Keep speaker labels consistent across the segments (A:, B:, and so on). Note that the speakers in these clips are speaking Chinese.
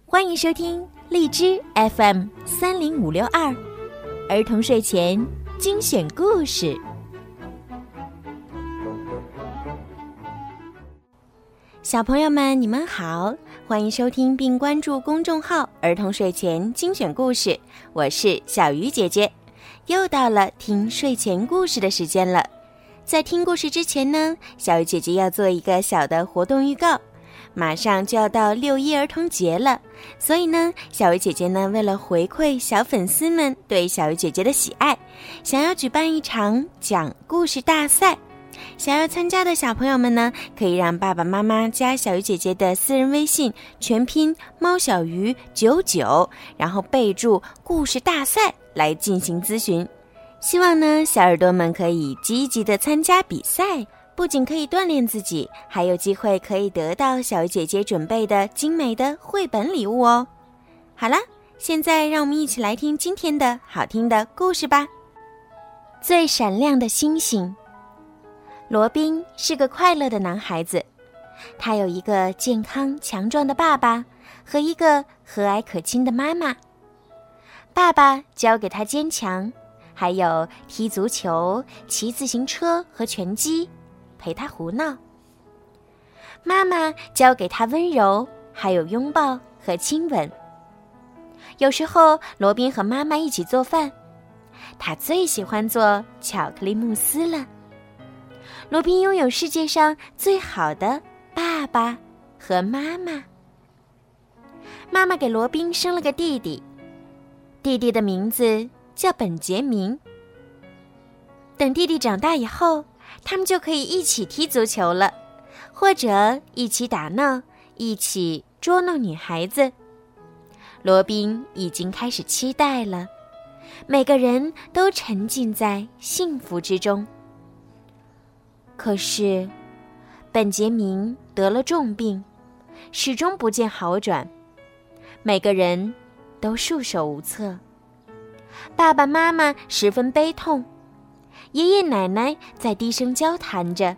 A: 欢迎收听荔枝 FM30562儿童睡前精选故事。小朋友们，你们好，欢迎收听并关注公众号儿童睡前精选故事，我是小鱼姐姐。又到了听睡前故事的时间了。在听故事之前呢，小鱼姐姐要做一个小的活动预告。马上就要到6·1儿童节了，所以呢，小鱼姐姐呢，为了回馈小粉丝们对小鱼姐姐的喜爱，想要举办一场讲故事大赛。想要参加的小朋友们呢，可以让爸爸妈妈加小鱼姐姐的私人微信，全拼猫小鱼99，然后备注故事大赛来进行咨询。希望呢，小耳朵们可以积极的参加比赛，不仅可以锻炼自己，还有机会可以得到小鱼姐姐准备的精美的绘本礼物哦。好了，现在让我们一起来听今天的好听的故事吧。最闪亮的星星。罗宾是个快乐的男孩子，他有一个健康强壮的爸爸和一个和蔼可亲的妈妈。爸爸教给他坚强，还有踢足球、骑自行车和拳击，陪他胡闹。妈妈教给他温柔，还有拥抱和亲吻。有时候罗宾和妈妈一起做饭，他最喜欢做巧克力慕斯了。罗宾拥有世界上最好的爸爸和妈妈。妈妈给罗宾生了个弟弟，弟弟的名字叫本杰明。等弟弟长大以后，他们就可以一起踢足球了，或者一起打闹，一起捉弄女孩子。罗宾已经开始期待了，每个人都沉浸在幸福之中。可是，本杰明得了重病，始终不见好转，每个人都束手无策。爸爸妈妈十分悲痛，爷爷奶奶在低声交谈着。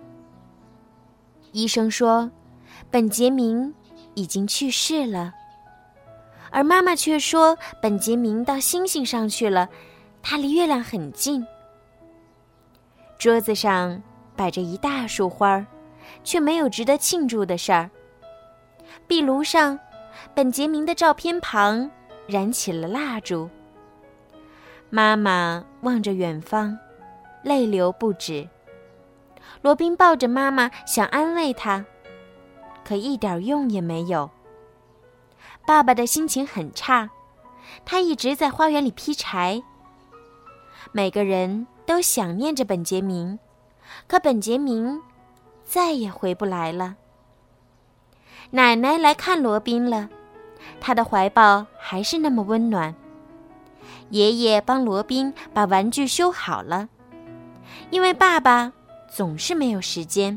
A: 医生说，本杰明已经去世了，而妈妈却说，本杰明到星星上去了，他离月亮很近。桌子上摆着一大束花，却没有值得庆祝的事儿。壁炉上，本杰明的照片旁燃起了蜡烛。妈妈望着远方，泪流不止。罗宾抱着妈妈想安慰她，可一点用也没有。爸爸的心情很差，他一直在花园里劈柴。每个人都想念着本杰明，可本杰明再也回不来了。奶奶来看罗宾了，她的怀抱还是那么温暖。爷爷帮罗宾把玩具修好了，因为爸爸总是没有时间。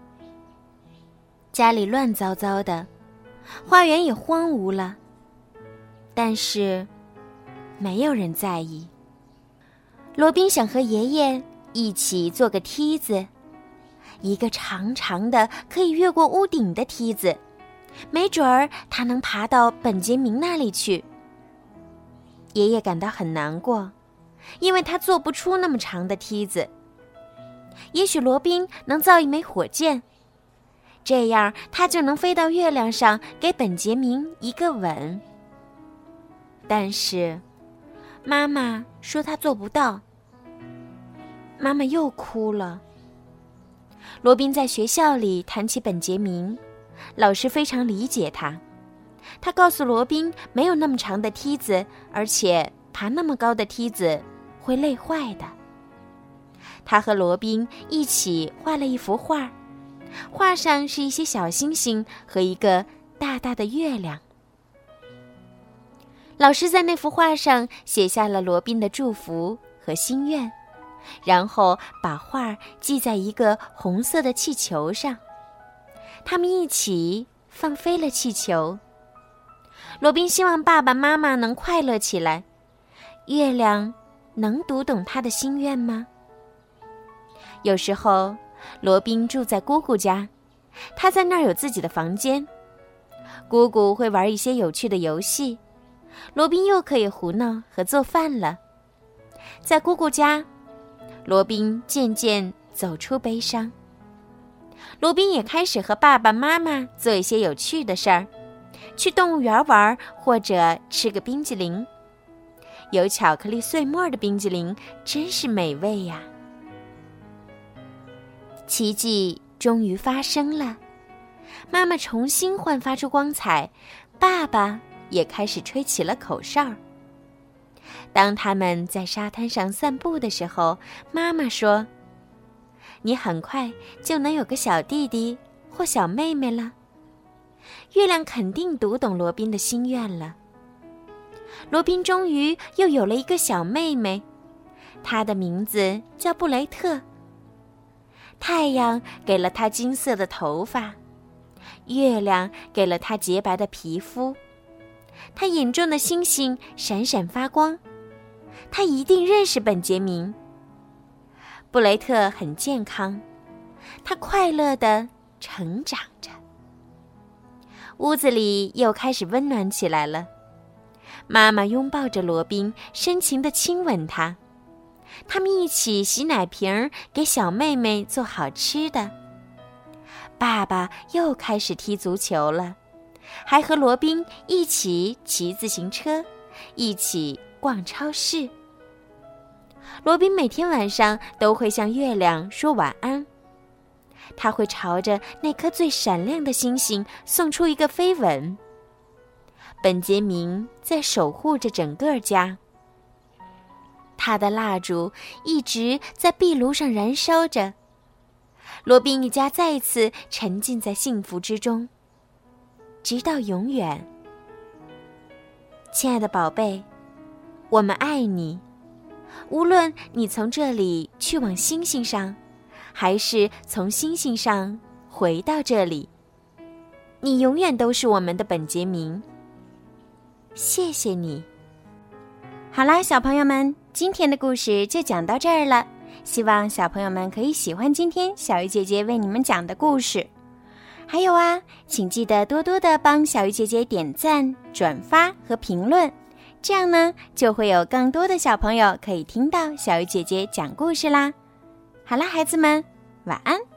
A: 家里乱糟糟的，花园也荒芜了，但是没有人在意。罗宾想和爷爷一起做个梯子，一个长长的可以越过屋顶的梯子，没准儿他能爬到本杰明那里去。爷爷感到很难过，因为他做不出那么长的梯子。也许罗宾能造一枚火箭，这样他就能飞到月亮上，给本杰明一个吻。但是妈妈说他做不到。妈妈又哭了。罗宾在学校里谈起本杰明，老师非常理解他。他告诉罗宾，没有那么长的梯子，而且爬那么高的梯子会累坏的。他和罗宾一起画了一幅画，画上是一些小星星和一个大大的月亮。老师在那幅画上写下了罗宾的祝福和心愿，然后把画系在一个红色的气球上。他们一起放飞了气球。罗宾希望爸爸妈妈能快乐起来。月亮能读懂他的心愿吗？有时候罗宾住在姑姑家，他在那儿有自己的房间。 姑姑会玩一些有趣的游戏，罗宾又可以胡闹和做饭了。在姑姑家，罗宾渐渐走出悲伤。罗宾也开始和爸爸妈妈做一些有趣的事儿，去动物园玩，或者吃个冰激凌。有巧克力碎末的冰激凌真是美味呀！奇迹终于发生了，妈妈重新焕发出光彩，爸爸也开始吹起了口哨。当他们在沙滩上散步的时候，妈妈说：“你很快就能有个小弟弟或小妹妹了。”月亮肯定读懂罗宾的心愿了。罗宾终于又有了一个小妹妹，她的名字叫布雷特。太阳给了她金色的头发，月亮给了她洁白的皮肤，她眼中的星星闪闪发光。她一定认识本杰明。布雷特很健康，他快乐地成长着。屋子里又开始温暖起来了。妈妈拥抱着罗宾，深情地亲吻他。他们一起洗奶瓶，给小妹妹做好吃的。爸爸又开始踢足球了，还和罗宾一起骑自行车，一起逛超市。罗宾每天晚上都会向月亮说晚安，他会朝着那颗最闪亮的星星送出一个飞吻。本杰明在守护着整个家，他的蜡烛一直在壁炉上燃烧着。罗宾一家再一次沉浸在幸福之中，直到永远。亲爱的宝贝，我们爱你。无论你从这里去往星星上，还是从星星上回到这里，你永远都是我们的本杰明。谢谢你。好啦，小朋友们，今天的故事就讲到这儿了。希望小朋友们可以喜欢今天小鱼姐姐为你们讲的故事。还有啊，请记得多多的帮小鱼姐姐点赞、转发和评论，这样呢，就会有更多的小朋友可以听到小鱼姐姐讲故事啦。好啦，孩子们，晚安。